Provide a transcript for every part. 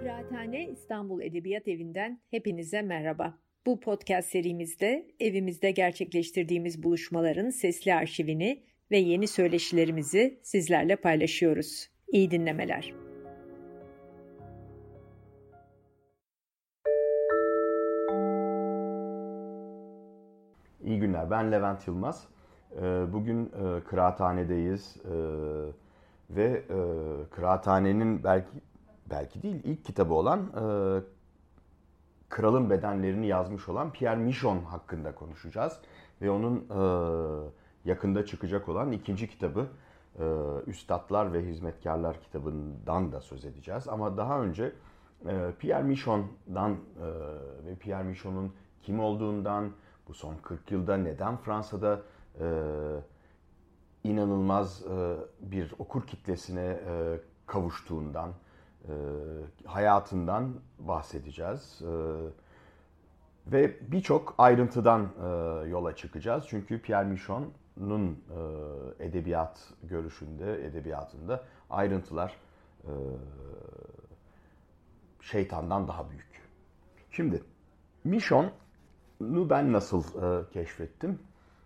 Kıraathane İstanbul Edebiyat Evi'nden hepinize merhaba. Bu podcast serimizde evimizde gerçekleştirdiğimiz buluşmaların sesli arşivini ve yeni söyleşilerimizi sizlerle paylaşıyoruz. İyi dinlemeler. İyi günler, ben Levent Yılmaz. Bugün kıraathanedeyiz ve kıraathanenin belki değil ilk kitabı olan Kralın Bedenlerini yazmış olan Pierre Michon hakkında konuşacağız. Ve onun yakında çıkacak olan ikinci kitabı Üstadlar ve Hizmetkarlar kitabından da söz edeceğiz. Ama daha önce Pierre Michon'dan ve Pierre Michon'un kim olduğundan, bu son 40 yılda neden Fransa'da inanılmaz bir okur kitlesine kavuştuğundan, hayatından bahsedeceğiz. Ve birçok ayrıntıdan yola çıkacağız. Çünkü Pierre Michon'un edebiyat görüşünde, edebiyatında ayrıntılar şeytandan daha büyük. Şimdi Michon'u ben nasıl keşfettim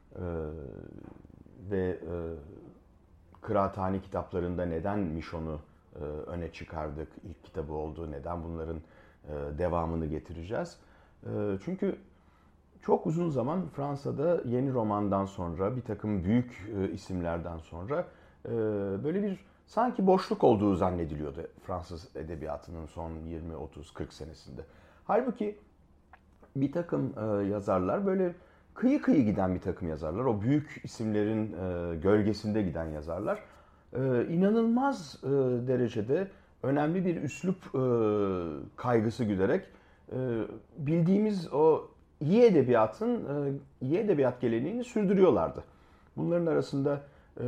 ve kıraathane kitaplarında neden Michon'u öne çıkardık, ilk kitabı oldu, neden bunların devamını getireceğiz? Çünkü çok uzun zaman Fransa'da yeni romandan sonra, bir takım büyük isimlerden sonra böyle bir sanki boşluk olduğu zannediliyordu Fransız edebiyatının son 20, 30, 40 senesinde. Halbuki bir takım yazarlar, böyle kıyı kıyı giden bir takım yazarlar, o büyük isimlerin gölgesinde giden yazarlar, inanılmaz derecede önemli bir üslup kaygısı güderek bildiğimiz o iyi edebiyat geleneğini sürdürüyorlardı. Bunların arasında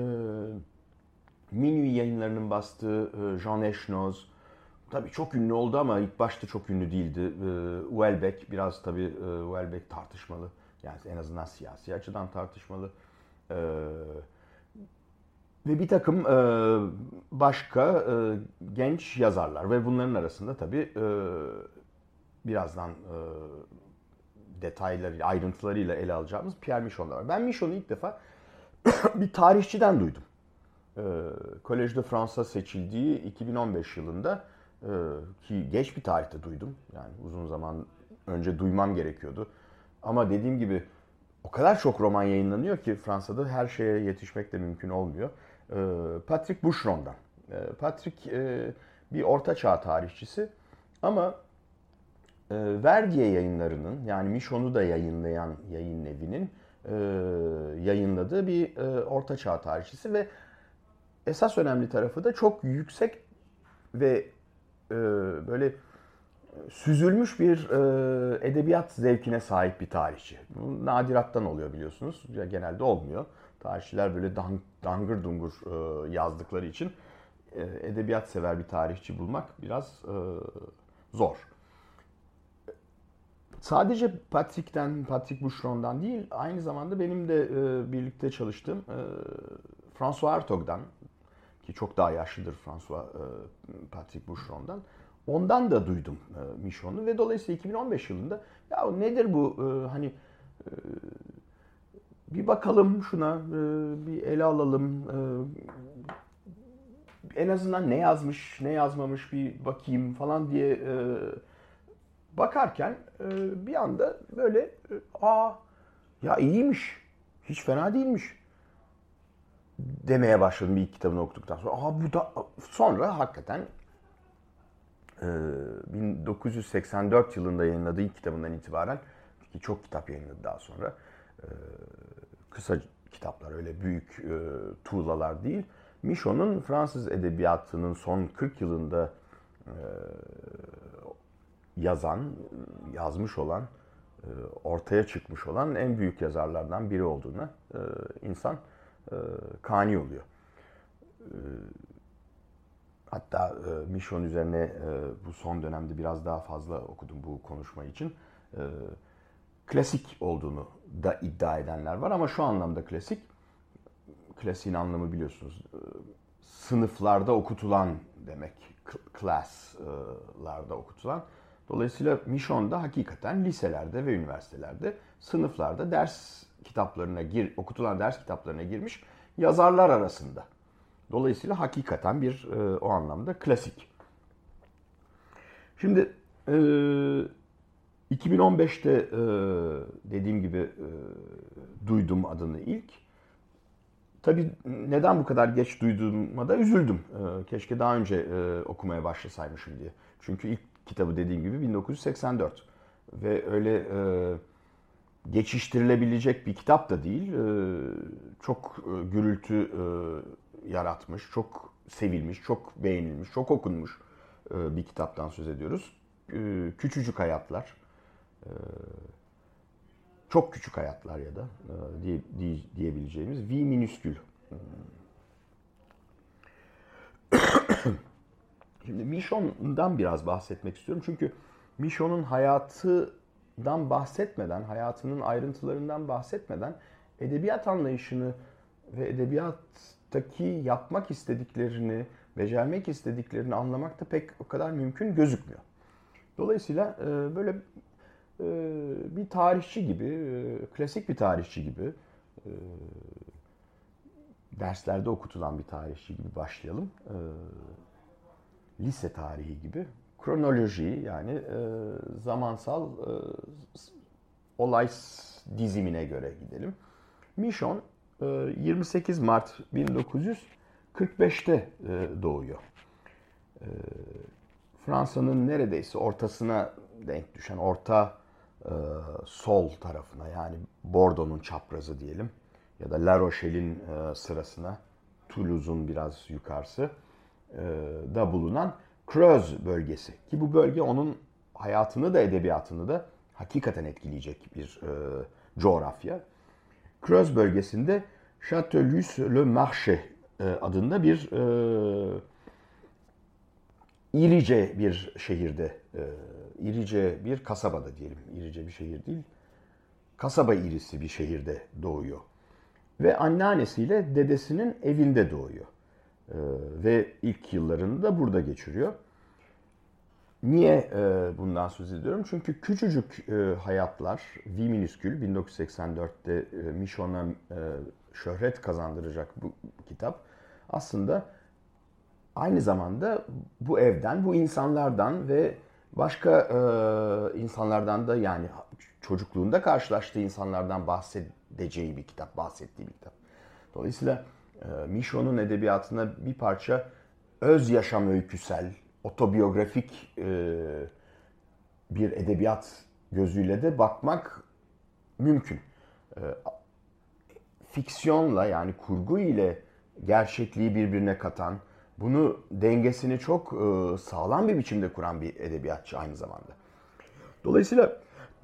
Minuit yayınlarının bastığı Jean Echenoz, tabii çok ünlü oldu ama ilk başta çok ünlü değildi. Houellebecq, biraz tabii Houellebecq tartışmalı. Yani en azından siyasi açıdan tartışmalı. Ve bir takım başka genç yazarlar ve bunların arasında tabii birazdan detaylarıyla, ayrıntılarıyla ele alacağımız Pierre Michon da var. Ben Michon'u ilk defa bir tarihçiden duydum. Collège de France seçildiği 2015 yılında, ki geç bir tarihte duydum. Yani uzun zaman önce duymam gerekiyordu. Ama dediğim gibi o kadar çok roman yayınlanıyor ki Fransa'da her şeye yetişmek de mümkün olmuyor. Patrick Boucheron'dan. Patrick bir ortaçağ tarihçisi ama Verdier yayınlarının, yani Michon'u da yayınlayan yayın evinin yayınladığı bir ortaçağ tarihçisi ve esas önemli tarafı da çok yüksek ve böyle süzülmüş bir edebiyat zevkine sahip bir tarihçi. Bu nadirattan oluyor, biliyorsunuz. Ya genelde olmuyor. Tarihçiler böyle dangır dungur yazdıkları için edebiyat sever bir tarihçi bulmak biraz zor. Sadece Patrick Boucheron'dan değil, aynı zamanda benim de birlikte çalıştığım François Hartog'dan, ki çok daha yaşlıdır Patrick Boucheron'dan. Ondan da duydum Michon'u ve dolayısıyla 2015 yılında ya nedir bu, hani bir bakalım şuna, bir ele alalım, en azından ne yazmış, ne yazmamış bir bakayım falan diye bakarken bir anda böyle ya iyiymiş, hiç fena değilmiş demeye başladım ilk kitabını okuduktan sonra. Bu da sonra hakikaten 1984 yılında yayınladığı ilk kitabından itibaren, ki çok kitap yayınladı daha sonra, kısa kitaplar, öyle büyük tuğlalar değil. Michon'un Fransız edebiyatının son 40 yılında yazmış olan, ortaya çıkmış olan en büyük yazarlardan biri olduğuna insan kani oluyor. Hatta Michon üzerine bu son dönemde biraz daha fazla okudum bu konuşma için. Klasik olduğunu da iddia edenler var ama şu anlamda klasik. Klasiğin anlamı biliyorsunuz, sınıflarda okutulan demek. class'larda okutulan. Dolayısıyla Michon da hakikaten liselerde ve üniversitelerde, sınıflarda okutulan ders kitaplarına girmiş yazarlar arasında. Dolayısıyla hakikaten bir o anlamda klasik. Şimdi 2015'te dediğim gibi duydum adını ilk. Tabii neden bu kadar geç duyduğuma da üzüldüm. Keşke daha önce okumaya başlasaymışım diye. Çünkü ilk kitabı dediğim gibi 1984. Ve öyle geçiştirilebilecek bir kitap da değil. Çok gürültü yaratmış, çok sevilmiş, çok beğenilmiş, çok okunmuş bir kitaptan söz ediyoruz. Küçücük Hayatlar. Çok küçük hayatlar ya da diyebileceğimiz V minüskül. Şimdi Michon'dan biraz bahsetmek istiyorum. Çünkü Michon'un hayatından bahsetmeden, hayatının ayrıntılarından bahsetmeden edebiyat anlayışını ve edebiyattaki yapmak istediklerini, becermek istediklerini anlamak da pek o kadar mümkün gözükmüyor. Dolayısıyla böyle bir tarihçi gibi, klasik bir tarihçi gibi, derslerde okutulan bir tarihçi gibi başlayalım. Lise tarihi gibi. Kronoloji yani zamansal olay dizimine göre gidelim. Michon 28 Mart 1945'te doğuyor. Fransa'nın neredeyse ortasına denk düşen orta sol tarafına yani Bordeaux'un çaprazı diyelim ya da La Rochelle'in sırasına Toulouse'un biraz yukarısı da bulunan Creuse bölgesi. Ki bu bölge onun hayatını da edebiyatını da hakikaten etkileyecek bir coğrafya. Creuse bölgesinde Châteauneuf-le-Marché adında bir İrice bir şehirde, İrice bir kasabada diyelim. İrice bir şehir değil, kasaba irisi bir şehirde doğuyor. Ve anneannesiyle dedesinin evinde doğuyor. Ve ilk yıllarını da burada geçiriyor. Niye bundan söz ediyorum? Çünkü Küçücük Hayatlar, V minüskül, 1984'te Michon'a şöhret kazandıracak bu kitap aslında aynı zamanda bu evden, bu insanlardan ve başka insanlardan da yani çocukluğunda karşılaştığı insanlardan bahsedeceği bir kitap, bahsettiği bir kitap. Dolayısıyla Michon'un edebiyatına bir parça öz yaşam öyküsel, otobiyografik bir edebiyat gözüyle de bakmak mümkün. Fiksiyonla yani kurgu ile gerçekliği birbirine katan, bunu dengesini çok sağlam bir biçimde kuran bir edebiyatçı aynı zamanda. Dolayısıyla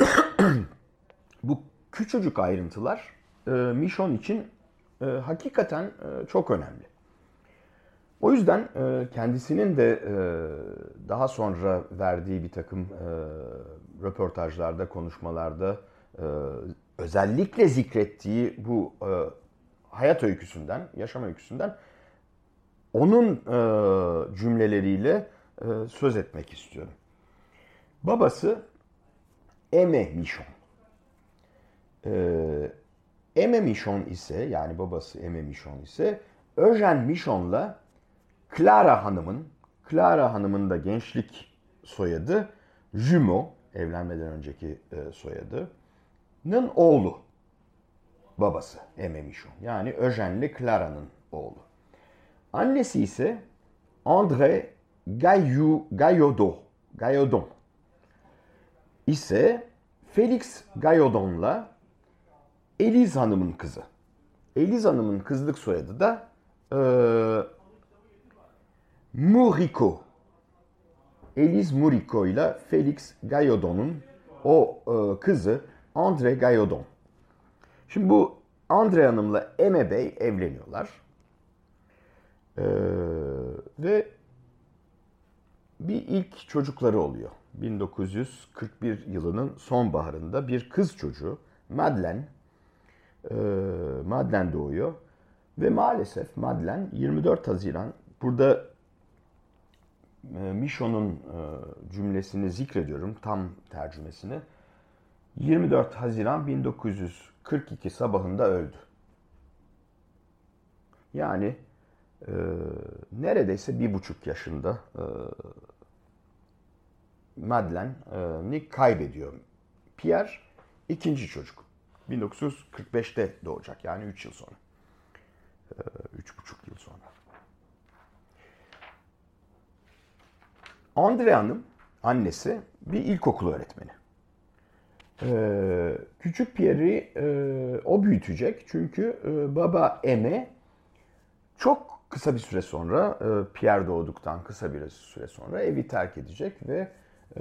bu küçücük ayrıntılar Michon için hakikaten çok önemli. O yüzden kendisinin de daha sonra verdiği bir takım röportajlarda, konuşmalarda özellikle zikrettiği bu hayat öyküsünden, yaşam öyküsünden onun cümleleriyle söz etmek istiyorum. Babası Aimé Michon. Aimé Michon ise yani babası Aimé Michon ise Eugène Michon'la Clara Hanım'ın da gençlik soyadı Jumeau, evlenmeden önceki soyadının oğlu. Babası Aimé Michon. Yani Eugène ile Clara'nın oğlu. Annesi ise André Gaillodon ise Félix Gaillodon'la Élise Hanım'ın kızı. Élise Hanım'ın kızlık soyadı da Mourico. Élise Mourico ile Félix Gaillodon'un o kızı André Gaillodon. Şimdi bu André Hanım'la Aimé Bey evleniyorlar. Ve bir ilk çocukları oluyor. 1941 yılının sonbaharında bir kız çocuğu Madeleine doğuyor. Ve maalesef Madeleine 24 Haziran burada Michon'un cümlesini zikrediyorum, tam tercümesini. 24 Haziran 1942 sabahında öldü. Yani neredeyse 1,5 yaşında Madeleine'i kaybediyor. Pierre ikinci çocuk. 1945'te doğacak, yani 3 yıl sonra. 3,5 yıl sonra. Andrea'nın annesi bir ilkokul öğretmeni. Küçük Pierre'i o büyütecek. Çünkü baba Aimé çok kısa bir süre sonra, Pierre doğduktan kısa bir süre sonra evi terk edecek ve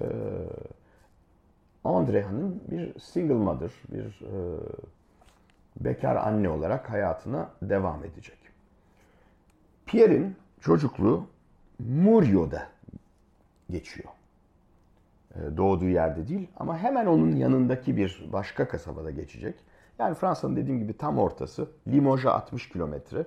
Andrea'nın bir single mother, bir bekar anne olarak hayatına devam edecek. Pierre'in çocukluğu Muriau'da geçiyor. Doğduğu yerde değil ama hemen onun yanındaki bir başka kasabada geçecek. Yani Fransa'nın dediğim gibi tam ortası. Limoges'a 60 kilometre.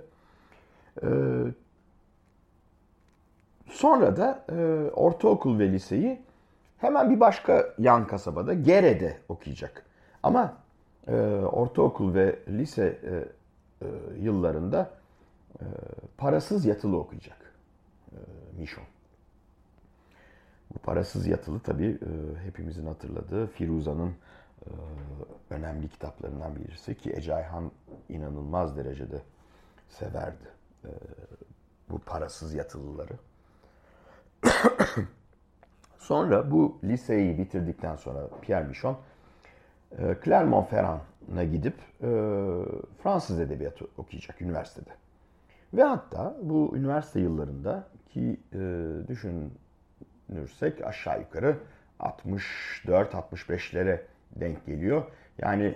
Sonra da ortaokul ve liseyi hemen bir başka yan kasabada, Guéret'de okuyacak. Ama ortaokul ve lise yıllarında parasız yatılı okuyacak Michon. Bu parasız yatılı tabii hepimizin hatırladığı Firuza'nın önemli kitaplarından birisi ki Ece Ayhan inanılmaz derecede severdi bu parasız yatılıları. Sonra bu liseyi bitirdikten sonra Pierre Michon Clermont-Ferrand'a gidip Fransız edebiyatı okuyacak üniversitede. Ve hatta bu üniversite yıllarında ki düşünürsek aşağı yukarı 64-65'lere denk geliyor. Yani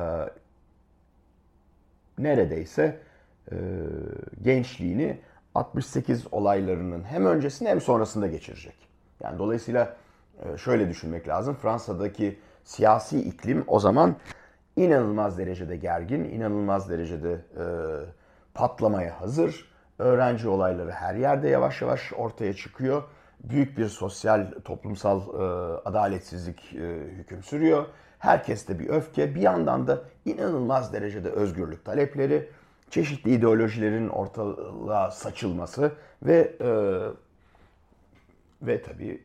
neredeyse gençliğini 68 olaylarının hem öncesinde hem sonrasında geçirecek. Yani dolayısıyla şöyle düşünmek lazım. Fransa'daki siyasi iklim o zaman inanılmaz derecede gergin, inanılmaz derecede patlamaya hazır. Öğrenci olayları her yerde yavaş yavaş ortaya çıkıyor. Büyük bir sosyal, toplumsal adaletsizlik hüküm sürüyor. Herkeste bir öfke, bir yandan da inanılmaz derecede özgürlük talepleri, çeşitli ideolojilerin ortalığa saçılması ve tabii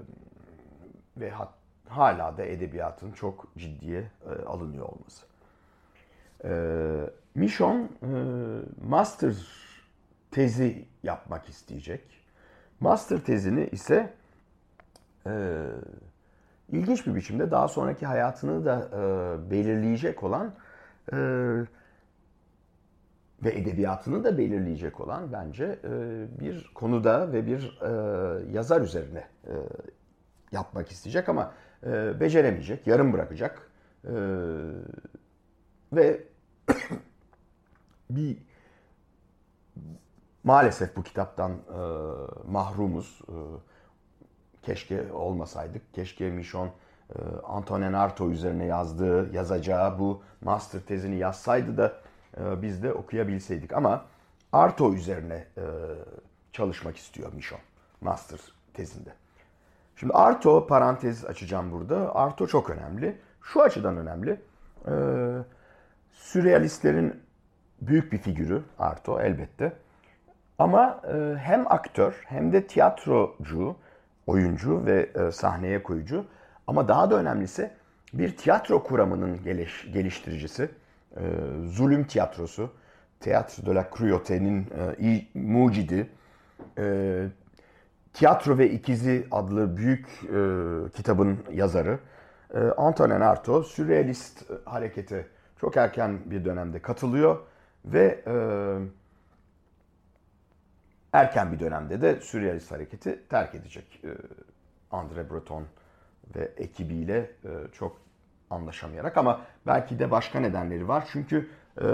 hala da edebiyatın çok ciddiye alınıyor olması. Michon master tezi yapmak isteyecek. Master tezini ise ilginç bir biçimde daha sonraki hayatını da belirleyecek olan ve edebiyatını da belirleyecek olan bence bir konuda ve bir yazar üzerine yapmak isteyecek ama beceremeyecek, yarım bırakacak ve maalesef bu kitaptan mahrumuz. Keşke olmasaydık. Keşke Michon Antonin Artaud üzerine yazacağı bu master tezini yazsaydı da biz de okuyabilseydik. Ama Artaud üzerine çalışmak istiyor Michon master tezinde. Şimdi Artaud, parantez açacağım burada. Artaud çok önemli. Şu açıdan önemli. Sürrealistlerin büyük bir figürü Artaud elbette. Ama hem aktör hem de tiyatrocu, oyuncu ve sahneye koyucu. Ama daha da önemlisi bir tiyatro kuramının geliştiricisi. Zulüm tiyatrosu, Théâtre de la Cruauté'nin mucidi. Tiyatro ve İkizi adlı büyük kitabın yazarı. Antonin Artaud, sürrealist harekete çok erken bir dönemde katılıyor ve erken bir dönemde de sürrealist hareketi terk edecek. André Breton ve ekibiyle çok anlaşamayarak ama belki de başka nedenleri var. Çünkü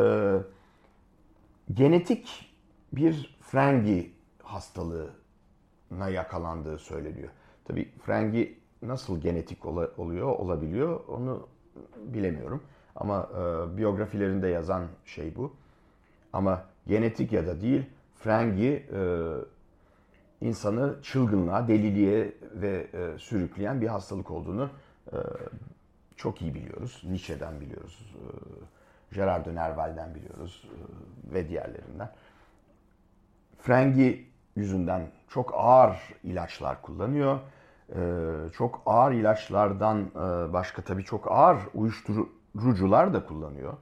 genetik bir frengi hastalığına yakalandığı söyleniyor. Tabii frengi nasıl genetik olabiliyor onu bilemiyorum. Ama biyografilerinde yazan şey bu. Ama genetik ya da değil, frengi insanı çılgınlığa, deliliğe ve sürükleyen bir hastalık olduğunu çok iyi biliyoruz. Nietzsche'den biliyoruz, Gerard de Nerval'den biliyoruz ve diğerlerinden. Frengi yüzünden çok ağır ilaçlar kullanıyor. Çok ağır ilaçlardan başka tabii çok ağır uyuşturucular da kullanıyor.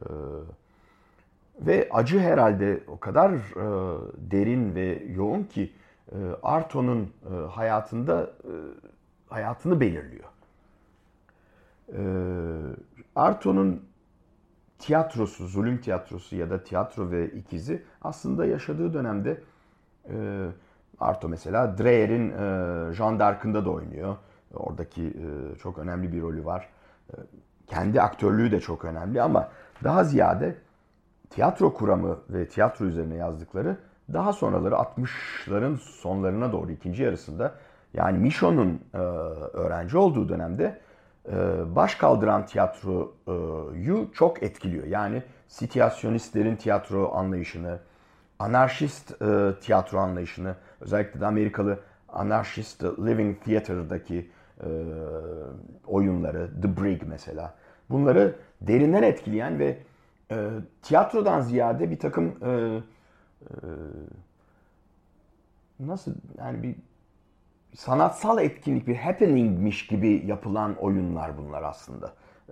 Ve acı herhalde o kadar derin ve yoğun ki Artaud'un hayatını belirliyor. Artaud'un tiyatrosu, zulüm tiyatrosu ya da tiyatro ve ikizi aslında yaşadığı dönemde Artaud mesela Dreyer'in Jeanne d'Arc'ında da oynuyor. Oradaki çok önemli bir rolü var. Kendi aktörlüğü de çok önemli ama daha ziyade tiyatro kuramı ve tiyatro üzerine yazdıkları daha sonraları 60'ların sonlarına doğru ikinci yarısında yani Michon'un öğrenci olduğu dönemde baş kaldıran tiyatroyu çok etkiliyor. Yani situasyonistlerin tiyatro anlayışını, anarşist tiyatro anlayışını, özellikle de Amerikalı anarşist Living Theater'daki oyunları, The Brig mesela. Bunları derinden etkileyen ve tiyatrodan ziyade bir takım nasıl yani bir sanatsal etkinlik, bir happeningmiş gibi yapılan oyunlar bunlar aslında.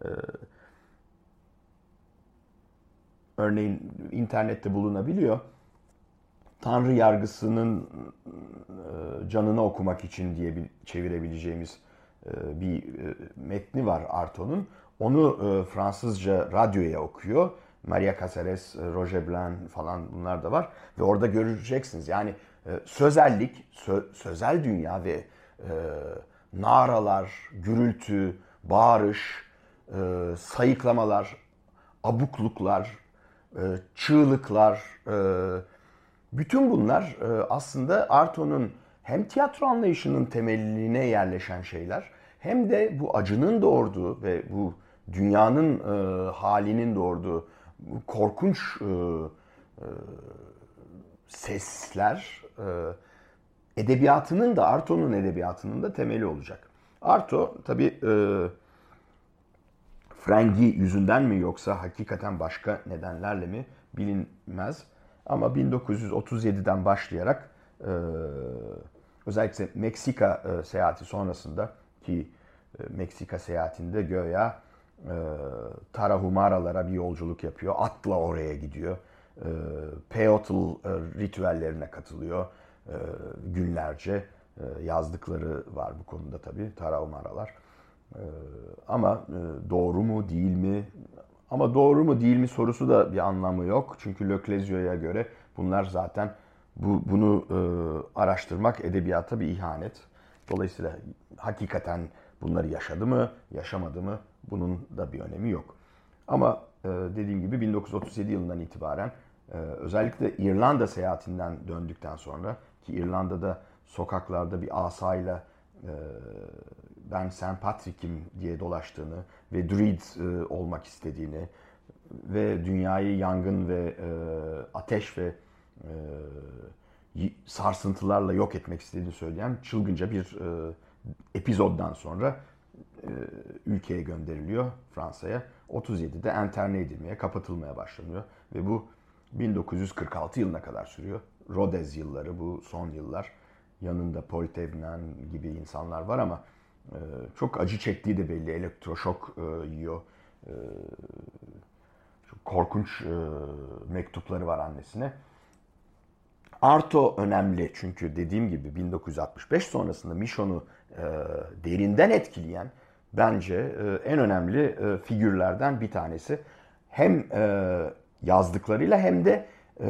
Örneğin internette bulunabiliyor. Tanrı yargısının canını okumak için diye çevirebileceğimiz bir metni var Artaud'un. Onu Fransızca radyoya okuyor. Maria Caceres, Roger Blanc falan bunlar da var. Ve orada göreceksiniz. Yani sözellik, sözel dünya ve naralar, gürültü, bağırış, sayıklamalar, abukluklar, çığlıklar, bütün bunlar aslında Artaud'un hem tiyatro anlayışının temeline yerleşen şeyler hem de bu acının doğurduğu ve bu dünyanın halinin doğurduğu korkunç sesler edebiyatının da Artaud'un edebiyatının da temeli olacak. Artaud tabii Frengi yüzünden mi yoksa hakikaten başka nedenlerle mi bilinmez. Ama 1937'den başlayarak özellikle Meksika seyahati sonrasında ki Meksika seyahatinde göya Tarahumaralara bir yolculuk yapıyor. Atla oraya gidiyor. Peyote ritüellerine katılıyor günlerce. Yazdıkları var bu konuda tabii Tarahumaralar. Ama doğru mu değil mi? Ama doğru mu değil mi sorusu da bir anlamı yok. Çünkü Leclerc'e göre bunlar zaten bunu araştırmak edebiyata bir ihanet. Dolayısıyla hakikaten bunları yaşadı mı, yaşamadı mı bunun da bir önemi yok. Ama dediğim gibi 1937 yılından itibaren özellikle İrlanda seyahatinden döndükten sonra ki İrlanda'da sokaklarda bir asayla ben St. Patrick'im diye dolaştığını ve druid olmak istediğini ve dünyayı yangın ve ateş ve sarsıntılarla yok etmek istediğini söyleyen çılgınca bir epizoddan sonra ülkeye gönderiliyor Fransa'ya. 37'de enterne edilmeye, kapatılmaya başlanıyor ve bu 1946 yılına kadar sürüyor. Rodez yılları, bu son yıllar. Yanında Poltevnen gibi insanlar var ama çok acı çektiği de belli. Elektroşok yiyor. Çok korkunç mektupları var annesine. Artaud önemli çünkü dediğim gibi 1965 sonrasında Michon'u derinden etkileyen bence en önemli figürlerden bir tanesi. Hem yazdıklarıyla hem de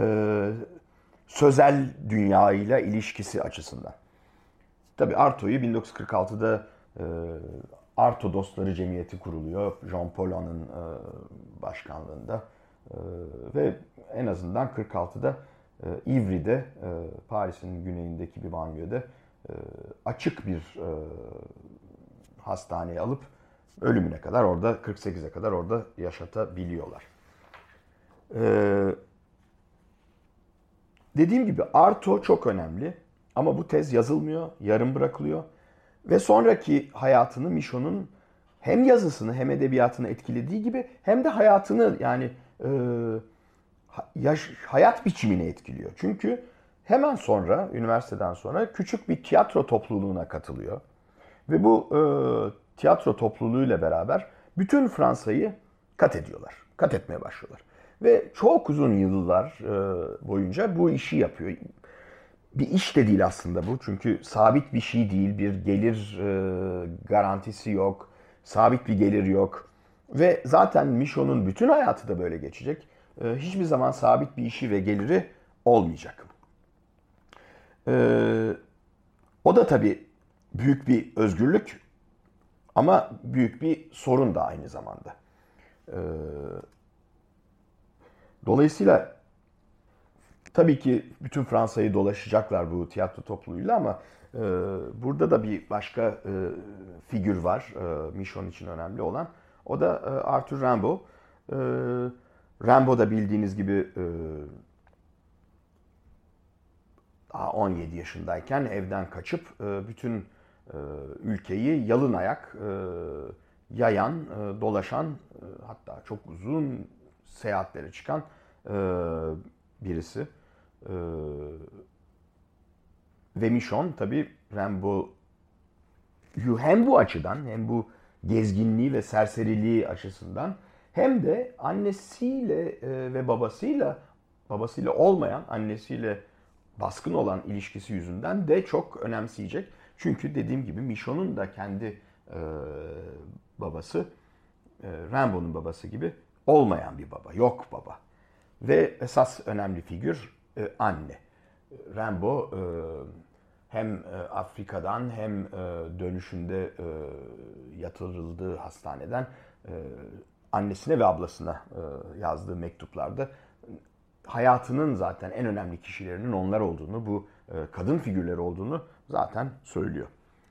sözel dünyayla ilişkisi açısından. Tabii Artaud'u 1946'da Artaud Dostları Cemiyeti kuruluyor. Jean Paul'un başkanlığında ve en azından 46'da Ivry'de, Paris'in güneyindeki bir banliyöde açık bir hastaneye alıp ölümüne kadar orada 48'e kadar orada yaşatabiliyorlar. Dediğim gibi Artaud çok önemli. Ama bu tez yazılmıyor, yarım bırakılıyor. Ve sonraki hayatını Michon'un hem yazısını hem edebiyatını etkilediği gibi hem de hayatını yani hayat biçimini etkiliyor. Çünkü hemen sonra, üniversiteden sonra küçük bir tiyatro topluluğuna katılıyor. Ve bu tiyatro topluluğuyla beraber bütün Fransa'yı kat ediyorlar. Kat etmeye başlıyorlar. Ve çok uzun yıllar boyunca bu işi yapıyor. Bir iş de değil aslında bu. Çünkü sabit bir şey değil. Bir gelir garantisi yok. Sabit bir gelir yok. Ve zaten Michon'un bütün hayatı da böyle geçecek. Hiçbir zaman sabit bir işi ve geliri olmayacak. O da tabii büyük bir özgürlük ama büyük bir sorun da aynı zamanda. Dolayısıyla tabii ki bütün Fransa'yı dolaşacaklar bu tiyatro topluluğuyla ama burada da bir başka figür var Michon için önemli olan. O da Arthur Rimbaud. Rimbaud da bildiğiniz gibi 17 yaşındayken evden kaçıp bütün ülkeyi yalın ayak yayan, dolaşan, hatta çok uzun seyahatlere çıkan birisi. Ve Michon tabii Rimbaud'u hem bu açıdan hem bu gezginliği ve serseriliği açısından hem de annesiyle ve babasıyla olmayan, annesiyle baskın olan ilişkisi yüzünden de çok önemseyecek. Çünkü dediğim gibi Michon'un da kendi babası Rimbaud'un babası gibi olmayan bir baba, yok baba. Ve esas önemli figür anne. Rimbaud hem Afrika'dan hem dönüşünde yatırıldığı hastaneden annesine ve ablasına yazdığı mektuplarda hayatının zaten en önemli kişilerinin onlar olduğunu, bu kadın figürleri olduğunu zaten söylüyor.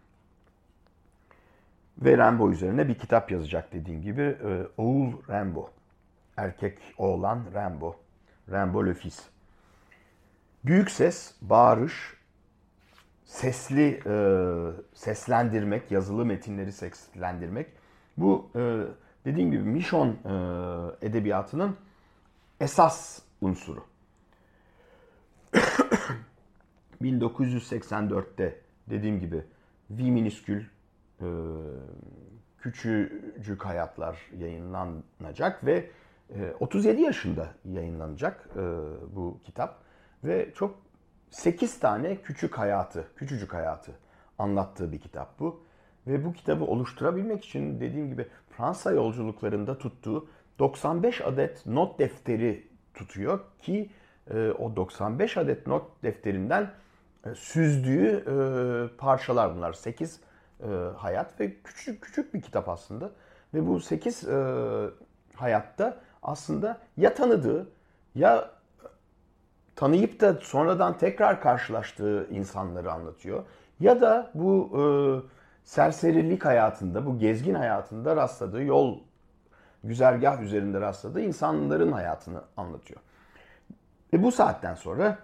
Ve Rimbaud üzerine bir kitap yazacak dediğim gibi. Oğul Rimbaud. Erkek oğlan Rimbaud. Rimbaud le fils. Büyük ses, bağırış, seslendirmek, yazılı metinleri seslendirmek. Bu dediğim gibi Michon edebiyatının esas unsuru. 1984'te dediğim gibi V minüskül Küçücük Hayatlar yayınlanacak ve 37 yaşında yayınlanacak bu kitap ve çok 8 tane küçücük hayatı anlattığı bir kitap bu. Ve bu kitabı oluşturabilmek için dediğim gibi Fransa yolculuklarında tuttuğu 95 adet not defteri tutuyor ki o 95 adet not defterinden süzdüğü parçalar bunlar. 8 hayat ve küçük bir kitap aslında. Ve bu 8 hayatta aslında ya tanıdığı ya tanıyıp da sonradan tekrar karşılaştığı insanları anlatıyor. Ya da bu serserilik hayatında, bu gezgin hayatında rastladığı güzergah üzerinde rastladığı insanların hayatını anlatıyor. Ve bu saatten sonra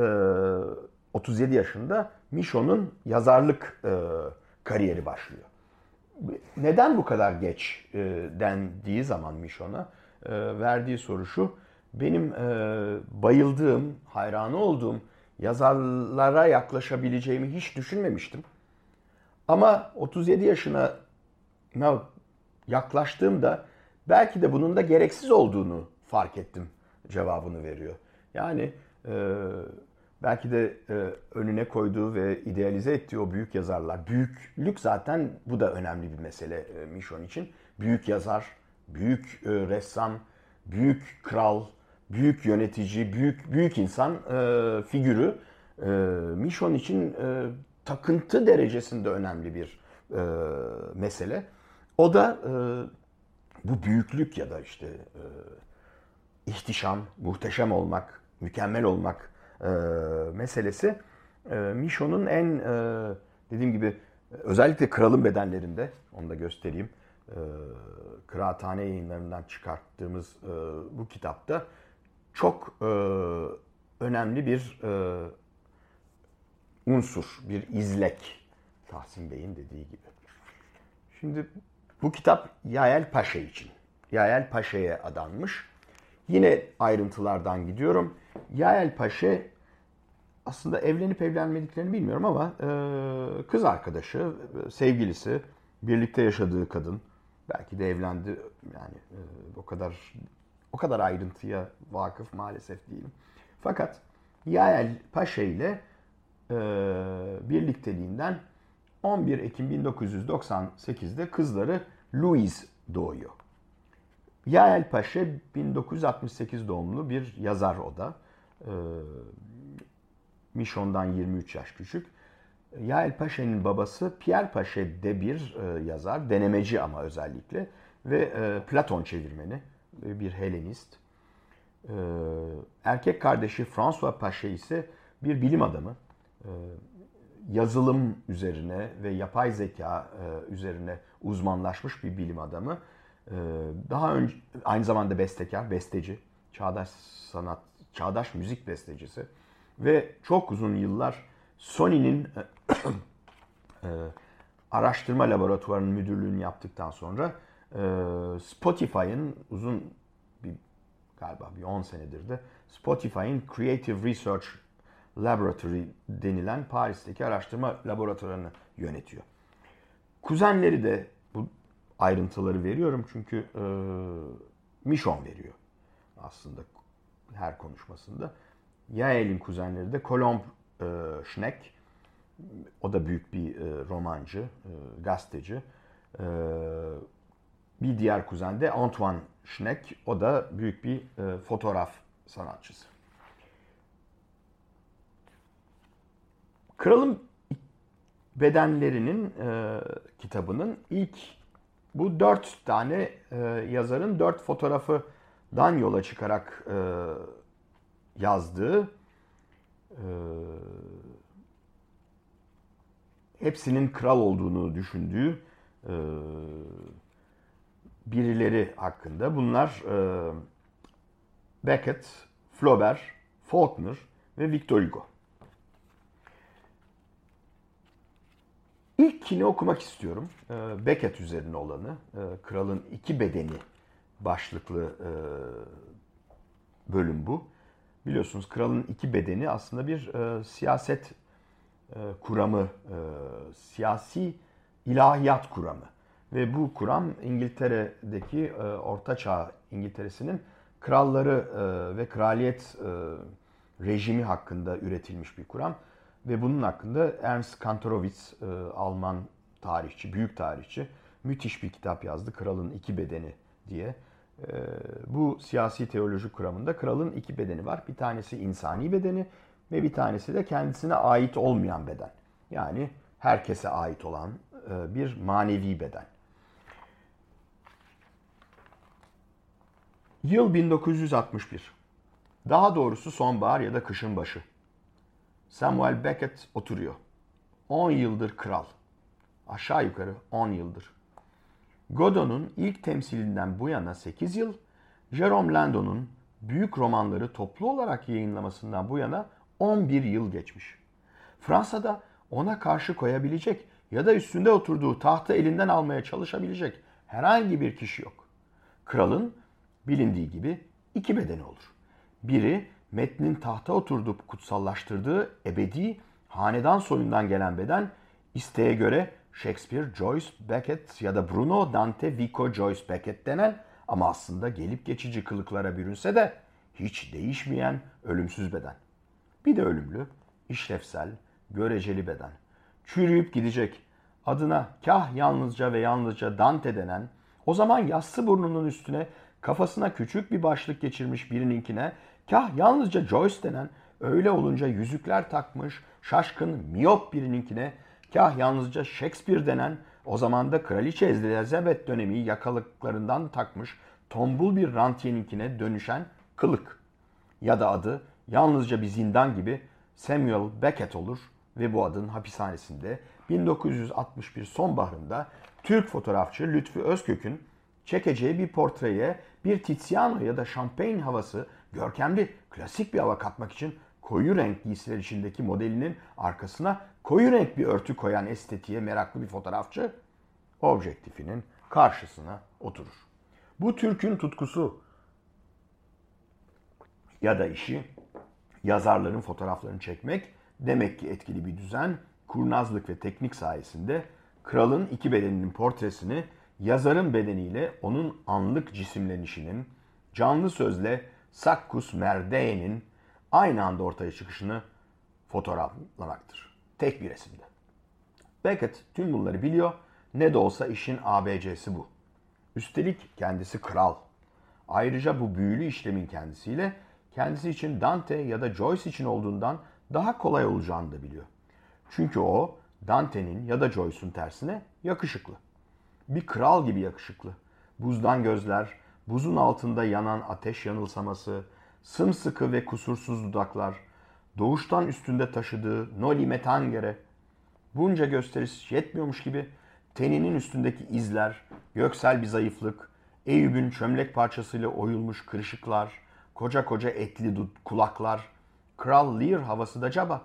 37 yaşında Michon'un yazarlık kariyeri başlıyor. Neden bu kadar geç dendiği zaman Michon'a verdiği soru şu: benim bayıldığım, hayranı olduğum yazarlara yaklaşabileceğimi hiç düşünmemiştim. Ama 37 yaşına yaklaştığımda belki de bunun da gereksiz olduğunu fark ettim cevabını veriyor. Yani belki de önüne koyduğu ve idealize ettiği o büyük yazarlar, büyüklük zaten bu da önemli bir mesele Michon için. Büyük yazar, büyük ressam, büyük kral, büyük yönetici, büyük insan figürü Michon için takıntı derecesinde önemli bir mesele. O da bu büyüklük ya da işte ihtişam, muhteşem olmak, mükemmel olmak meselesi Michon'un en dediğim gibi özellikle Kralın Bedenlerinde, onu da göstereyim. Kıraathane Yayınlarından çıkarttığımız bu kitapta çok önemli bir unsur, bir izlek. Tahsin Bey'in dediği gibi. Şimdi bu kitap Yael Paşa için. Yael Paşa'ya adanmış. Yine ayrıntılardan gidiyorum. Yael Paşa aslında evlenip evlenmediklerini bilmiyorum ama kız arkadaşı, sevgilisi, birlikte yaşadığı kadın, belki de evlendi. Yani o kadar ayrıntıya vakıf maalesef değilim. Fakat Yael Paşa ile birlikteliğinden 11 Ekim 1998'de kızları Louise doğuyor. Yael Paşa 1968 doğumlu bir yazar o da. Michon'dan 23 yaş küçük. Yael Paşa'nın babası Pierre Paşa de bir yazar, denemeci ama özellikle ve Platon çevirmeni, bir Helenist. Erkek kardeşi François Paşa ise bir bilim adamı. Yazılım üzerine ve yapay zeka üzerine uzmanlaşmış bir bilim adamı. Daha önce aynı zamanda bestekar, besteci, çağdaş müzik bestecisi ve çok uzun yıllar Sony'nin araştırma laboratuvarının müdürlüğünü yaptıktan sonra Spotify'ın galiba bir 10 senedir de Spotify'ın Creative Research Laboratory denilen Paris'teki araştırma laboratuvarını yönetiyor. Kuzenleri de bu ayrıntıları veriyorum çünkü Michon veriyor aslında her konuşmasında. Yael'in kuzenleri de Colombe Schneck, o da büyük bir romancı, gazeteci. Bir diğer kuzen de Antoine Schneck, o da büyük bir fotoğraf sanatçısı. Kralın Bedenlerinin kitabının ilk bu 4 tane yazarın 4 fotoğrafından yola çıkarak yazdığı, hepsinin kral olduğunu düşündüğü birileri hakkında. Bunlar Beckett, Flaubert, Faulkner ve Victor Hugo. İlkini okumak istiyorum. Beckett üzerine olanı. Kralın İki Bedeni başlıklı bölüm bu. Biliyorsunuz Kralın İki Bedeni aslında bir siyaset kuramı, siyasi ilahiyat kuramı. Ve bu kuram İngiltere'deki Orta Çağ İngiltere'sinin kralları ve kraliyet rejimi hakkında üretilmiş bir kuram. Ve bunun hakkında Ernst Kantorowicz, Alman tarihçi, büyük tarihçi, müthiş bir kitap yazdı. Kralın İki Bedeni diye. Bu siyasi teoloji kuramında kralın iki bedeni var. Bir tanesi insani bedeni ve bir tanesi de kendisine ait olmayan beden. Yani herkese ait olan bir manevi beden. Yıl 1961. Daha doğrusu sonbahar ya da kışın başı. Samuel Beckett oturuyor. 10 yıldır kral. Aşağı yukarı 10 yıldır. Godot'un ilk temsilinden bu yana 8 yıl, Jérôme Landon'un büyük romanları toplu olarak yayınlamasından bu yana 11 yıl geçmiş. Fransa'da ona karşı koyabilecek ya da üstünde oturduğu tahtı elinden almaya çalışabilecek herhangi bir kişi yok. Kralın bilindiği gibi iki bedeni olur. Biri metnin tahta oturduğu kutsallaştırdığı ebedi hanedan soyundan gelen beden, isteğe göre Shakespeare, Joyce, Beckett ya da Bruno, Dante, Vico, Joyce, Beckett denen ama aslında gelip geçici kılıklara bürünse de hiç değişmeyen ölümsüz beden. Bir de ölümlü, işlevsel, göreceli beden. Çürüyüp gidecek, adına kah yalnızca ve yalnızca Dante denen, o zaman yassı burnunun üstüne kafasına küçük bir başlık geçirmiş birininkine, kah yalnızca Joyce denen, öyle olunca yüzükler takmış, şaşkın, miyop birininkine, kah yalnızca Shakespeare denen, o zaman da Kraliçe Elizabeth dönemi yakalıklarından takmış, tombul bir rantiyeninkine dönüşen kılık. Ya da adı yalnızca bir zindan gibi Samuel Beckett olur ve bu adın hapishanesinde 1961 sonbaharında Türk fotoğrafçı Lütfü Özkök'ün çekeceği bir portreye bir Tiziano ya da Champagne havası, görkemli, klasik bir hava katmak için koyu renk giysiler içindeki modelinin arkasına koyu renk bir örtü koyan estetiğe meraklı bir fotoğrafçı objektifinin karşısına oturur. Bu Türk'ün tutkusu ya da işi yazarların fotoğraflarını çekmek demek ki etkili bir düzen, kurnazlık ve teknik sayesinde kralın iki bedeninin portresini yazarın bedeniyle onun anlık cisimlenişinin, canlı sözle Sakkus Merdee'nin aynı anda ortaya çıkışını fotoğraflamaktır. Tek bir resimde. Beckett tüm bunları biliyor. Ne de olsa işin ABC'si bu. Üstelik kendisi kral. Ayrıca bu büyülü işlemin kendisi için Dante ya da Joyce için olduğundan daha kolay olacağını da biliyor. Çünkü o Dante'nin ya da Joyce'un tersine yakışıklı. Bir kral gibi yakışıklı. Buzdan gözler, buzun altında yanan ateş yanılsaması, sımsıkı ve kusursuz dudaklar, doğuştan üstünde taşıdığı noli me tangere, bunca gösterisi yetmiyormuş gibi teninin üstündeki izler, göksel bir zayıflık, Eyüp'ün çömlek parçasıyla oyulmuş kırışıklar, koca koca etli kulaklar, Kral Lear havası da caba.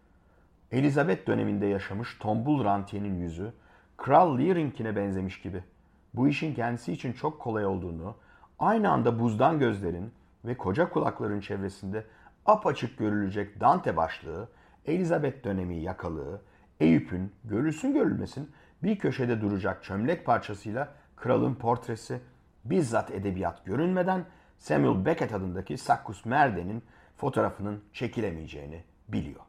Elizabeth döneminde yaşamış tombul rantiyenin yüzü, Kral Lear'inkine benzemiş gibi. Bu işin kendisi için çok kolay olduğunu, aynı anda buzdan gözlerin ve koca kulakların çevresinde apaçık görülecek Dante başlığı, Elizabeth dönemi yakalığı, Eyüp'ün görülsün görülmesin bir köşede duracak çömlek parçasıyla kralın portresi, bizzat edebiyat görünmeden Samuel Beckett adındaki Sakkus Merde'nin fotoğrafının çekilemeyeceğini biliyor.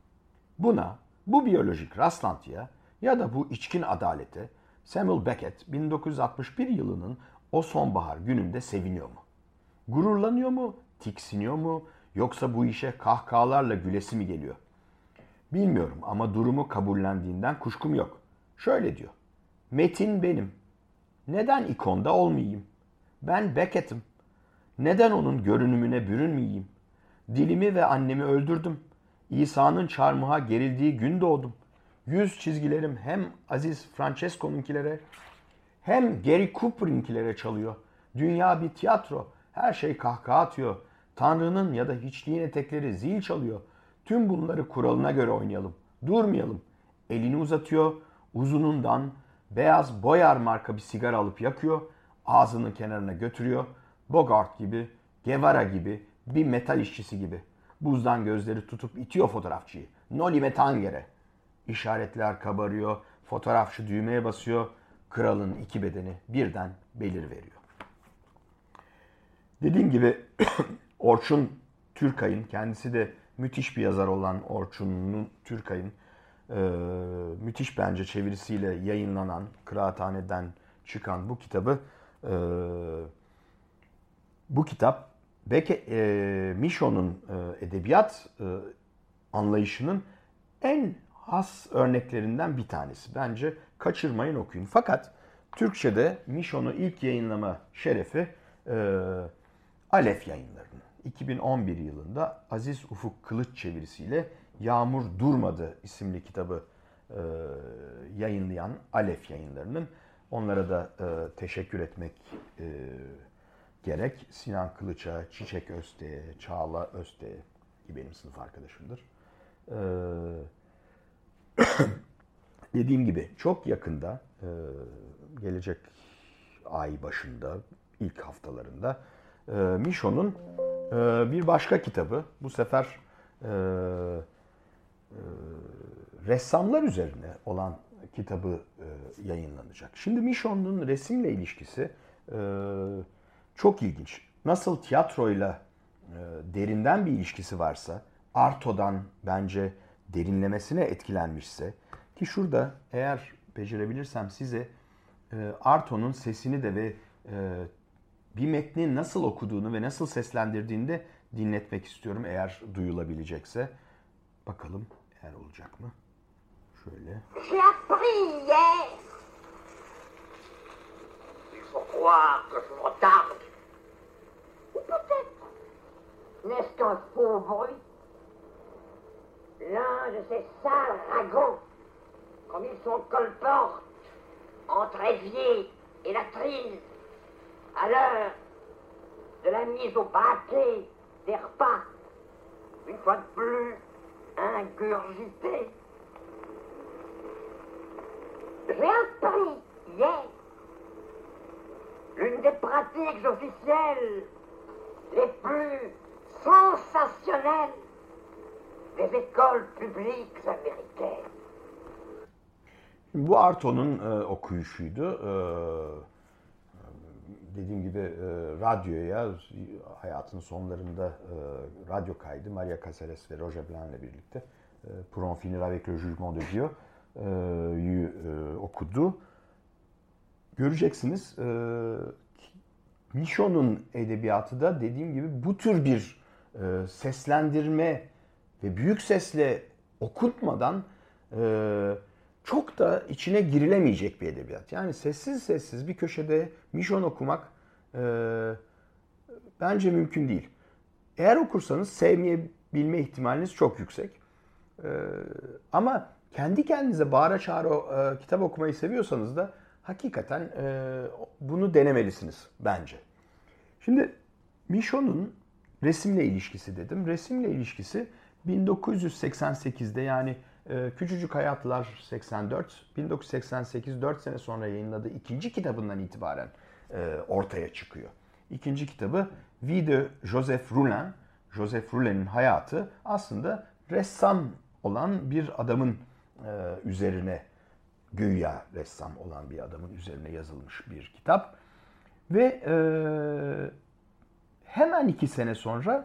Buna, bu biyolojik rastlantıya ya da bu içkin adalete Samuel Beckett 1961 yılının o sonbahar gününde seviniyor mu? Gururlanıyor mu? Tiksiniyor mu? Yoksa bu işe kahkahalarla gülesi mi geliyor? Bilmiyorum ama durumu kabullendiğinden kuşkum yok. Şöyle diyor. Metin benim. Neden ikonda olmayayım? Ben Beckett'im. Neden onun görünümüne bürünmeyeyim? Dilimi ve annemi öldürdüm. İsa'nın çarmıha gerildiği gün doğdum. Yüz çizgilerim hem Aziz Francesco'nunkilere hem Gary Cooper'inkilere çalıyor. Dünya bir tiyatro. Her şey kahkaha atıyor. Tanrı'nın ya da hiçliğin etekleri zil çalıyor. Tüm bunları kuralına göre oynayalım. Durmayalım. Elini uzatıyor. Uzunundan beyaz Boyar marka bir sigara alıp yakıyor. Ağzının kenarına götürüyor. Bogart gibi, Guevara gibi, bir metal işçisi gibi. Buzdan gözleri tutup itiyor fotoğrafçıyı. Noli me tangere. İşaretler kabarıyor. Fotoğrafçı düğmeye basıyor. Kralın iki bedeni birden belirveriyor. Dediğim gibi Orçun Türkay'ın, kendisi de müthiş bir yazar olan Orçun Türkay'ın müthiş bence çevirisiyle yayınlanan, Kıraathane'den çıkan bu kitap Michon'un edebiyat anlayışının en has örneklerinden bir tanesi. Bence kaçırmayın, okuyun. Fakat Türkçe'de Michon'u ilk yayınlama şerefi Alef Yayınları'nın 2011 yılında Aziz Ufuk Kılıç çevirisiyle Yağmur Durmadı isimli kitabı yayınlayan Alef Yayınları'nın, onlara da teşekkür etmek gerek. Sinan Kılıç'a, Çiçek Özte'ye, Çağla Özte'ye ki benim sınıf arkadaşımdır. Dediğim gibi çok yakında, gelecek ay başında, ilk haftalarında Michon'un bir başka kitabı, bu sefer ressamlar üzerine olan kitabı yayınlanacak. Şimdi Michon'un resimle ilişkisi çok ilginç. Nasıl tiyatroyla derinden bir ilişkisi varsa, Arto'dan bence derinlemesine etkilenmişse, ki şurada eğer becerebilirsem size Arto'nun sesini de ve bir metni nasıl okuduğunu ve nasıl seslendirdiğini de dinletmek istiyorum eğer duyulabilecekse. Bakalım eğer olacak mı? Şöyle. La prière. Il faut croire que je me tarde. Ou peut-être, n'est-ce qu'un faux bruit? L'un de ces sales ragots, comme ils sont colportes, entre évier et latrine, à l'heure de la mise au banquet des repas, une fois de plus, ingurgité. J'ai appris hier l'une des pratiques officielles les plus sensationnelles des écoles publiques américaines. Bu Artaud'un okuyuşuydu. Dediğim gibi radyoya hayatının sonlarında radyo kaydı Maria Casares ve Roger Blanc ile birlikte Pour en finir avec le jugement de Dieu'yu okudu. Göreceksiniz Michon'un edebiyatı da dediğim gibi bu tür bir seslendirme ve büyük sesle okutmadan çok da içine girilemeyecek bir edebiyat. Yani sessiz sessiz bir köşede Michon okumak bence mümkün değil. Eğer okursanız sevmeyebilme ihtimaliniz çok yüksek. Ama kendi kendinize bağıra çağıra kitap okumayı seviyorsanız da hakikaten bunu denemelisiniz bence. Şimdi Michon'un resimle ilişkisi dedim. Resimle ilişkisi 1988'de yani Küçücük Hayatlar 84, 1988 4 sene sonra yayınladığı ikinci kitabından itibaren ortaya çıkıyor. İkinci kitabı Vie de Joseph Roulin. Joseph Roulin'in hayatı aslında ressam olan bir adamın üzerine, güya ressam olan bir adamın üzerine yazılmış bir kitap. Ve hemen 2 sene sonra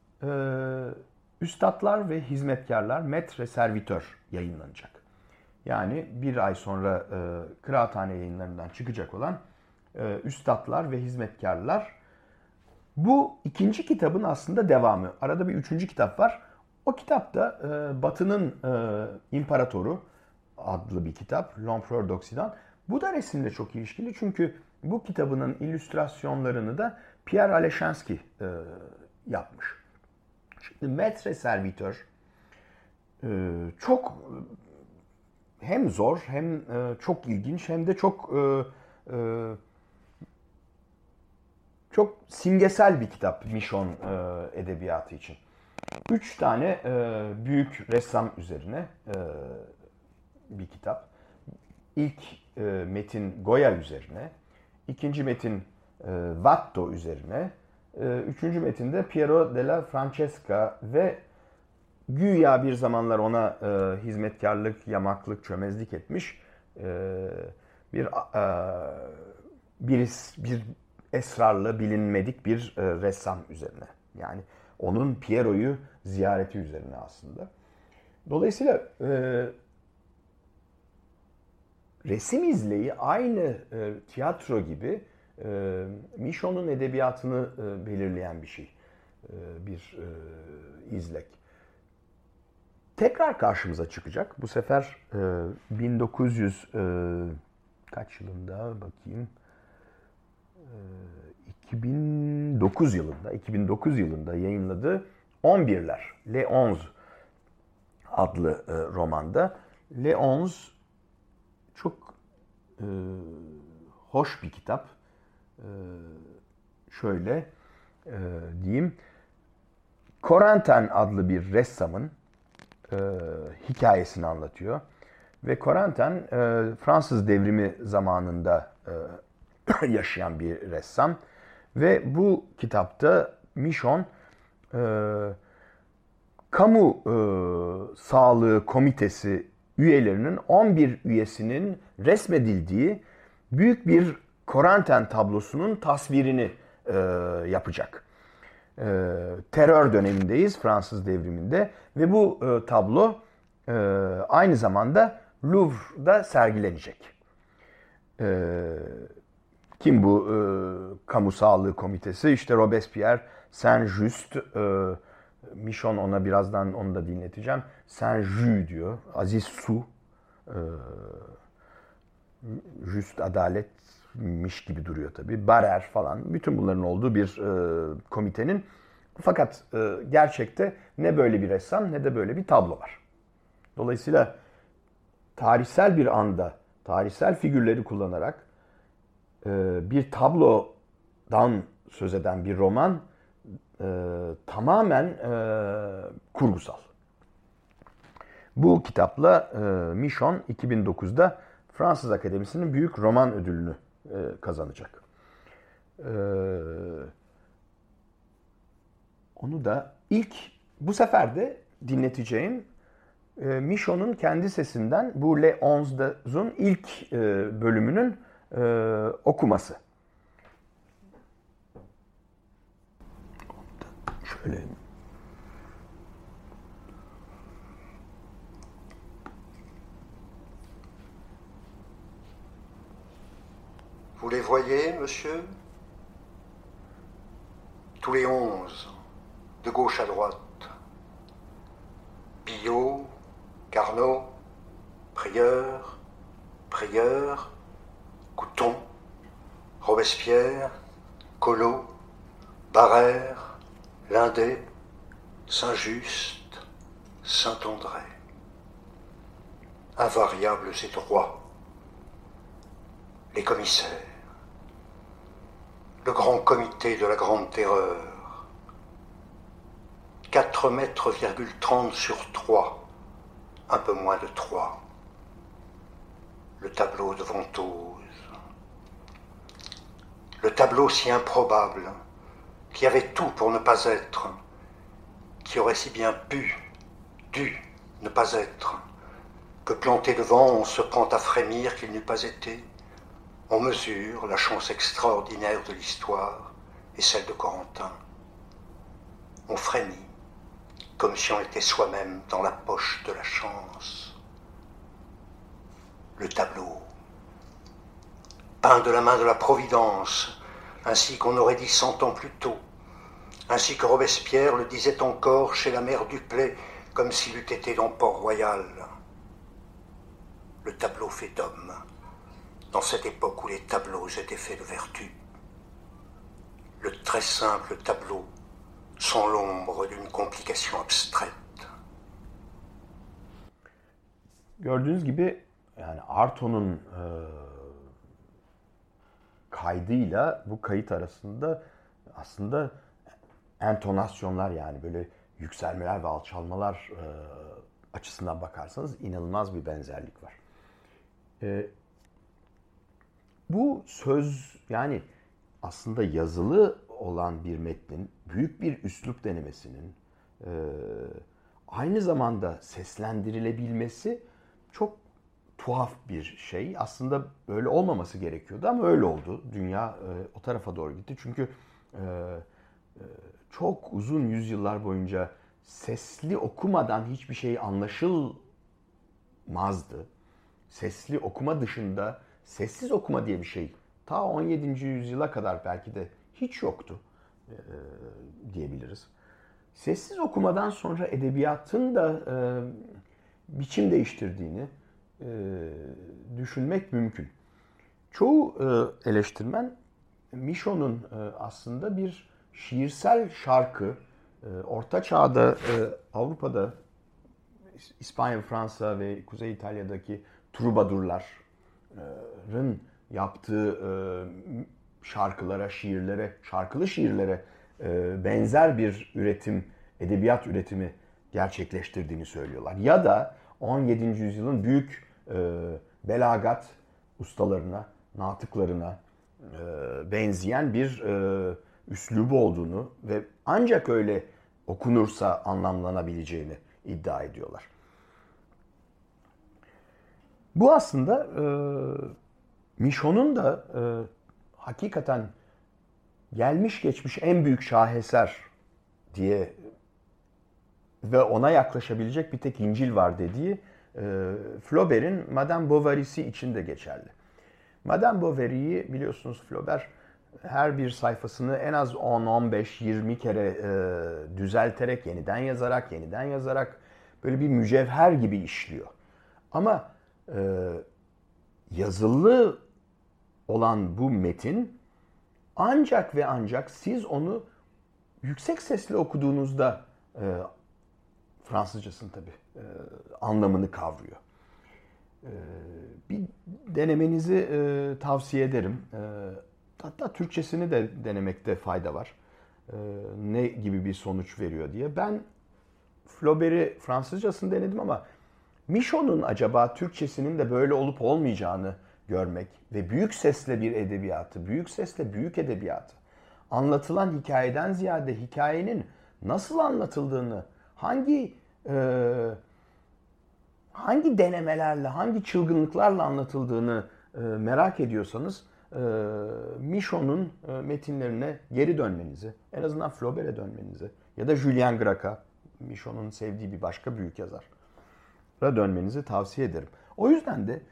Üstadlar ve Hizmetkarlar, Maître Serviteur yayınlanacak. Yani bir ay sonra Kıraathane Yayınlarından çıkacak olan Üstadlar ve Hizmetkarlar. Bu ikinci kitabın aslında devamı. Arada bir üçüncü kitap var. O kitap da Batı'nın İmparatoru adlı bir kitap. L'Empereur d'Occident. Bu da resimle çok ilişkili çünkü bu kitabının illüstrasyonlarını da Pierre Alechinsky yapmış. Şimdi Maître Serviteur çok hem zor hem çok ilginç hem de çok simgesel bir kitap Michon edebiyatı için. 3 tane büyük ressam üzerine bir kitap. İlk metin Goya üzerine, ikinci metin Watteau üzerine, üçüncü metinde Piero della Francesca ve güya bir zamanlar ona hizmetkarlık, yamaklık, çömezlik etmiş bir esrarlı, bilinmedik bir ressam üzerine. Yani onun Piero'yu ziyareti üzerine aslında. Dolayısıyla resim izleyi aynı tiyatro gibi Michon'un edebiyatını belirleyen bir şey. Bir izlek. Tekrar karşımıza çıkacak. Bu sefer 1900 kaç yılında bakayım 2009 yılında yayınladığı 11'ler, Les 11 adlı romanda. Les 11 çok hoş bir kitap. Şöyle diyeyim. Corentin adlı bir ressamın hikayesini anlatıyor. Ve Corentin Fransız devrimi zamanında yaşayan bir ressam. Ve bu kitapta Michon kamu sağlığı komitesi üyelerinin 11 üyesinin resmedildiği büyük bir Corentin tablosunun tasvirini yapacak. Terör dönemindeyiz, Fransız devriminde ve bu tablo aynı zamanda Louvre'da sergilenecek. Kim bu kamu sağlığı komitesi? İşte Robespierre, Saint-Just, Michon ona birazdan onu da dinleteceğim. Saint-Just diyor, Aziz Su, Just adaletmiş gibi duruyor tabii. Barère falan, bütün bunların olduğu bir komitenin. Fakat gerçekte ne böyle bir ressam ne de böyle bir tablo var. Dolayısıyla tarihsel bir anda, tarihsel figürleri kullanarak bir tablodan söz eden bir roman tamamen kurgusal. Bu kitapla Michon 2009'da Fransız Akademisi'nin büyük roman ödülünü kazanacak. Onu da bu sefer de dinleteceğim Michon'un kendi sesinden bu Les Onze'un ilk bölümünün okuması. Şöyle. Vous les voyez, monsieur? Tous les 11, de gauche à droite. Biot, Carnot, Prieur, Couthon, Robespierre, Collot, Barrère, Lindet, Saint-Just, Saint-André. Invariables et droits. Les commissaires. Le grand comité de la Grande Terreur. 4 mètres, 30 sur 3. Un peu moins de 3. Le tableau de Ventose. Le tableau si improbable, qui avait tout pour ne pas être, qui aurait si bien dû ne pas être, que planté devant, on se prend à frémir qu'il n'eût pas été. On mesure la chance extraordinaire de l'histoire et celle de Corentin. On frémit, comme si on était soi-même dans la poche de la chance. Le tableau, peint de la main de la Providence, ainsi qu'on aurait dit 100 ans plus tôt, ainsi que Robespierre le disait encore chez la mère Duplay, comme s'il eût été dans Port-Royal. Le tableau fait d'homme, dans cette époque où les tableaux étaient faits de vertu. Le très simple tableau, sans l'ombre d'une complication abstraite. Gördüğünüz gibi yani Artaud'un kaydıyla bu kayıt arasında aslında entonasyonlar, yani böyle yükselmeler ve alçalmalar açısından bakarsanız inanılmaz bir benzerlik var. Bu söz, yani aslında yazılı olan bir metnin büyük bir üslup denemesinin aynı zamanda seslendirilebilmesi çok tuhaf bir şey. Aslında böyle olmaması gerekiyordu ama öyle oldu. Dünya o tarafa doğru gitti. Çünkü çok uzun yüzyıllar boyunca sesli okumadan hiçbir şey anlaşılmazdı. Sesli okuma dışında sessiz okuma diye bir şey ta 17. yüzyıla kadar belki de hiç yoktu diyebiliriz. Sessiz okumadan sonra edebiyatın da biçim değiştirdiğini düşünmek mümkün. Çoğu eleştirmen Michon'un aslında bir şiirsel şarkı, Orta Çağ'da Avrupa'da İspanya, Fransa ve Kuzey İtalya'daki trubadurların yaptığı şarkılara, şiirlere, şarkılı şiirlere benzer bir edebiyat üretimi gerçekleştirdiğini söylüyorlar. Ya da 17. yüzyılın büyük belagat ustalarına, natıklarına benzeyen bir üslubu olduğunu ve ancak öyle okunursa anlamlanabileceğini iddia ediyorlar. Bu aslında Michon'un da hakikaten gelmiş geçmiş en büyük şaheser diye ve ona yaklaşabilecek bir tek İncil var dediği Flaubert'in Madame Bovary'si için de geçerli. Madame Bovary'yi biliyorsunuz, Flaubert her bir sayfasını en az 10, 15, 20 kere düzelterek, yeniden yazarak böyle bir mücevher gibi işliyor. Ama yazılı olan bu metin ancak ve ancak siz onu yüksek sesle okuduğunuzda Fransızcasının tabii anlamını kavruyor. Bir denemenizi tavsiye ederim. Hatta Türkçesini de denemekte fayda var. ne gibi bir sonuç veriyor diye. Ben Flaubert'i Fransızcasını denedim ama Michon'un acaba Türkçesinin de böyle olup olmayacağını görmek ve büyük sesle bir edebiyatı, büyük sesle büyük edebiyatı, anlatılan hikayeden ziyade hikayenin nasıl anlatıldığını, hangi denemelerle, hangi çılgınlıklarla anlatıldığını merak ediyorsanız Michon'un metinlerine geri dönmenizi, en azından Flaubert'e dönmenizi ya da Julien Gracques'a, Michon'un sevdiği bir başka büyük yazara dönmenizi tavsiye ederim. O yüzden de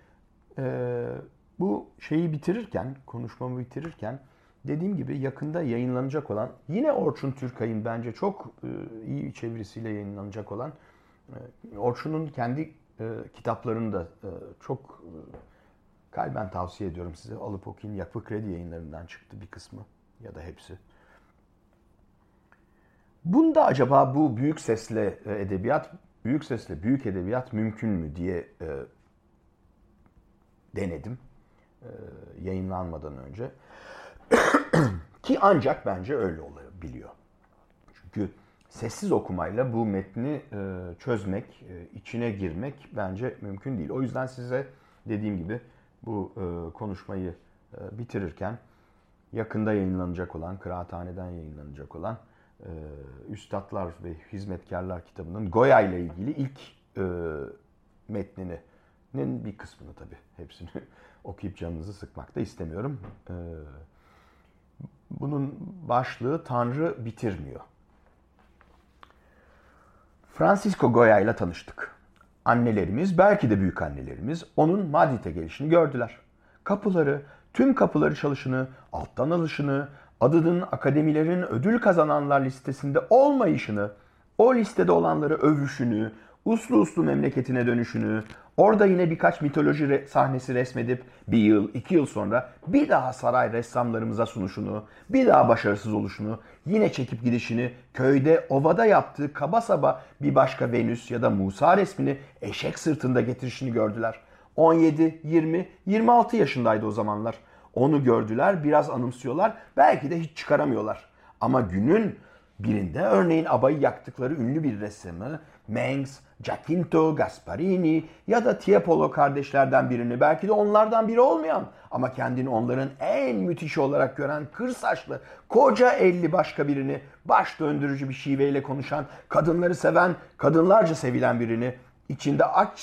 bu konuşmamı bitirirken dediğim gibi yakında yayınlanacak olan, yine Orçun Türkay'ın bence çok iyi çevirisiyle yayınlanacak olan, Orçun'un kendi kitaplarını da çok kalben tavsiye ediyorum size. Alıp okuyun. Yapı Kredi Yayınları'ndan çıktı bir kısmı ya da hepsi. Bunda acaba bu büyük sesle büyük edebiyat mümkün mü diye denedim yayınlanmadan önce. Ki ancak bence öyle olabiliyor. Çünkü sessiz okumayla bu metni çözmek, içine girmek bence mümkün değil. O yüzden size dediğim gibi bu konuşmayı bitirirken yakında yayınlanacak olan, Kıraathane'den yayınlanacak olan Üstadlar ve Hizmetkarlar kitabının Goya ile ilgili ilk metninin bir kısmını, tabii hepsini okuyup canınızı sıkmak da istemiyorum. Bunun başlığı Tanrı Bitirmiyor. Francisco Goya ile tanıştık. Annelerimiz, belki de büyükannelerimiz onun Madrid'e gelişini gördüler. Tüm kapıları çalışını, alttan alışını, adının akademilerin ödül kazananlar listesinde olmayışını, o listede olanları övüşünü, uslu memleketine dönüşünü, orada yine birkaç mitoloji sahnesi resmedip bir yıl, 2 yıl sonra bir daha saray ressamlarımıza sunuşunu, bir daha başarısız oluşunu, yine çekip gidişini, köyde, ovada yaptığı kaba saba bir başka Venüs ya da Musa resmini eşek sırtında getirişini gördüler. 17, 20, 26 yaşındaydı o zamanlar. Onu gördüler, biraz anımsıyorlar, belki de hiç çıkaramıyorlar. Ama günün birinde örneğin abayı yaktıkları ünlü bir ressamı, Mengs, Giacinto, Gasparini ya da Tiepolo kardeşlerden birini, belki de onlardan biri olmayan ama kendini onların en müthişi olarak gören kır saçlı, koca elli başka birini, baş döndürücü bir şiveyle konuşan, kadınları seven, kadınlarca sevilen birini, içinde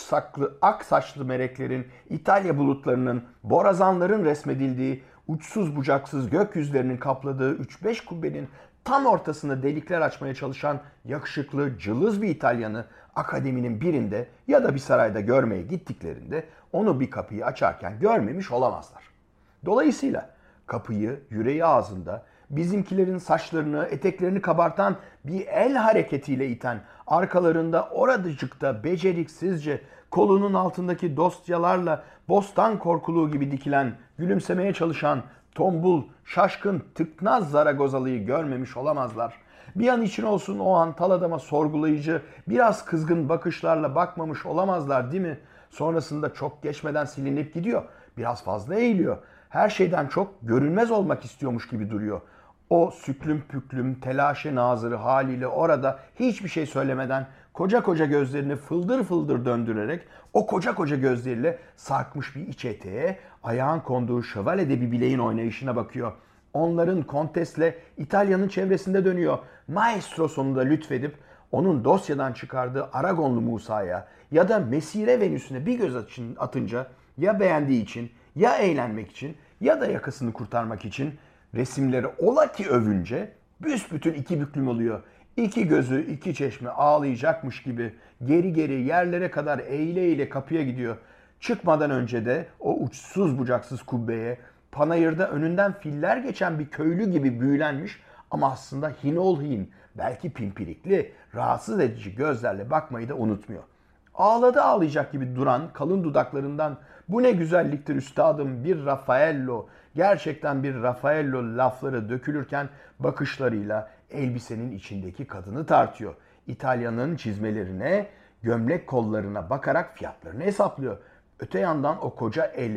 ak saçlı meleklerin, İtalya bulutlarının, borazanların resmedildiği, uçsuz bucaksız gökyüzlerinin kapladığı 3-5 kubbenin tam ortasında delikler açmaya çalışan yakışıklı, cılız bir İtalyanı akademinin birinde ya da bir sarayda görmeye gittiklerinde onu bir kapıyı açarken görmemiş olamazlar. Dolayısıyla kapıyı yüreği ağzında, bizimkilerin saçlarını, eteklerini kabartan bir el hareketiyle iten, arkalarında oradacıkta beceriksizce kolunun altındaki dosyalarla bostan korkuluğu gibi dikilen, gülümsemeye çalışan, tombul, şaşkın, tıknaz Zaragozalıyı görmemiş olamazlar. Bir an için olsun o an tal adama sorgulayıcı, biraz kızgın bakışlarla bakmamış olamazlar değil mi? Sonrasında çok geçmeden silinip gidiyor. Biraz fazla eğiliyor. Her şeyden çok görünmez olmak istiyormuş gibi duruyor. O süklüm püklüm, telaşe nazırı haliyle orada hiçbir şey söylemeden koca gözlerini fıldır fıldır döndürerek o koca gözleriyle sarkmış bir iç eteğe, ayağın konduğu şövalyede bir bileğin oynayışına bakıyor. Onların kontesle İtalya'nın çevresinde dönüyor. Maestro sonunda lütfedip onun dosyadan çıkardığı Aragonlu Musa'ya ya da Mesire Venüs'üne bir göz atınca ya beğendiği için ya eğlenmek için ya da yakasını kurtarmak için resimleri ola ki övünce büsbütün iki büklüm oluyor. İki gözü iki çeşme ağlayacakmış gibi geri yerlere kadar eğile kapıya gidiyor. Çıkmadan önce de o uçsuz bucaksız kubbeye, panayırda önünden filler geçen bir köylü gibi büyülenmiş ama aslında hin belki pimpirikli, rahatsız edici gözlerle bakmayı da unutmuyor. Ağlayacak gibi duran kalın dudaklarından "Bu ne güzelliktir üstadım, bir Raffaello, gerçekten bir Raffaello" lafları dökülürken bakışlarıyla elbisenin içindeki kadını tartıyor. İtalyanın çizmelerine, gömlek kollarına bakarak fiyatlarını hesaplıyor. Öte yandan o koca ele,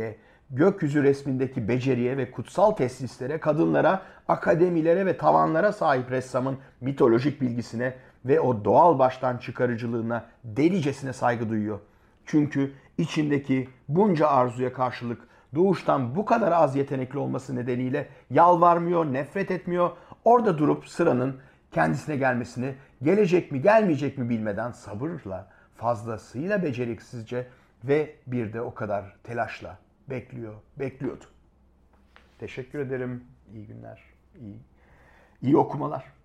gökyüzü resmindeki beceriye ve kutsal teslislere, kadınlara, akademilere ve tavanlara sahip ressamın mitolojik bilgisine ve o doğal baştan çıkarıcılığına delicesine saygı duyuyor. Çünkü içindeki bunca arzuya karşılık doğuştan bu kadar az yetenekli olması nedeniyle yalvarmıyor, nefret etmiyor. Orada durup sıranın kendisine gelmesini, gelecek mi gelmeyecek mi bilmeden sabırla, fazlasıyla beceriksizce ve bir de o kadar telaşla bekliyordu. Teşekkür ederim. İyi günler. İyi okumalar.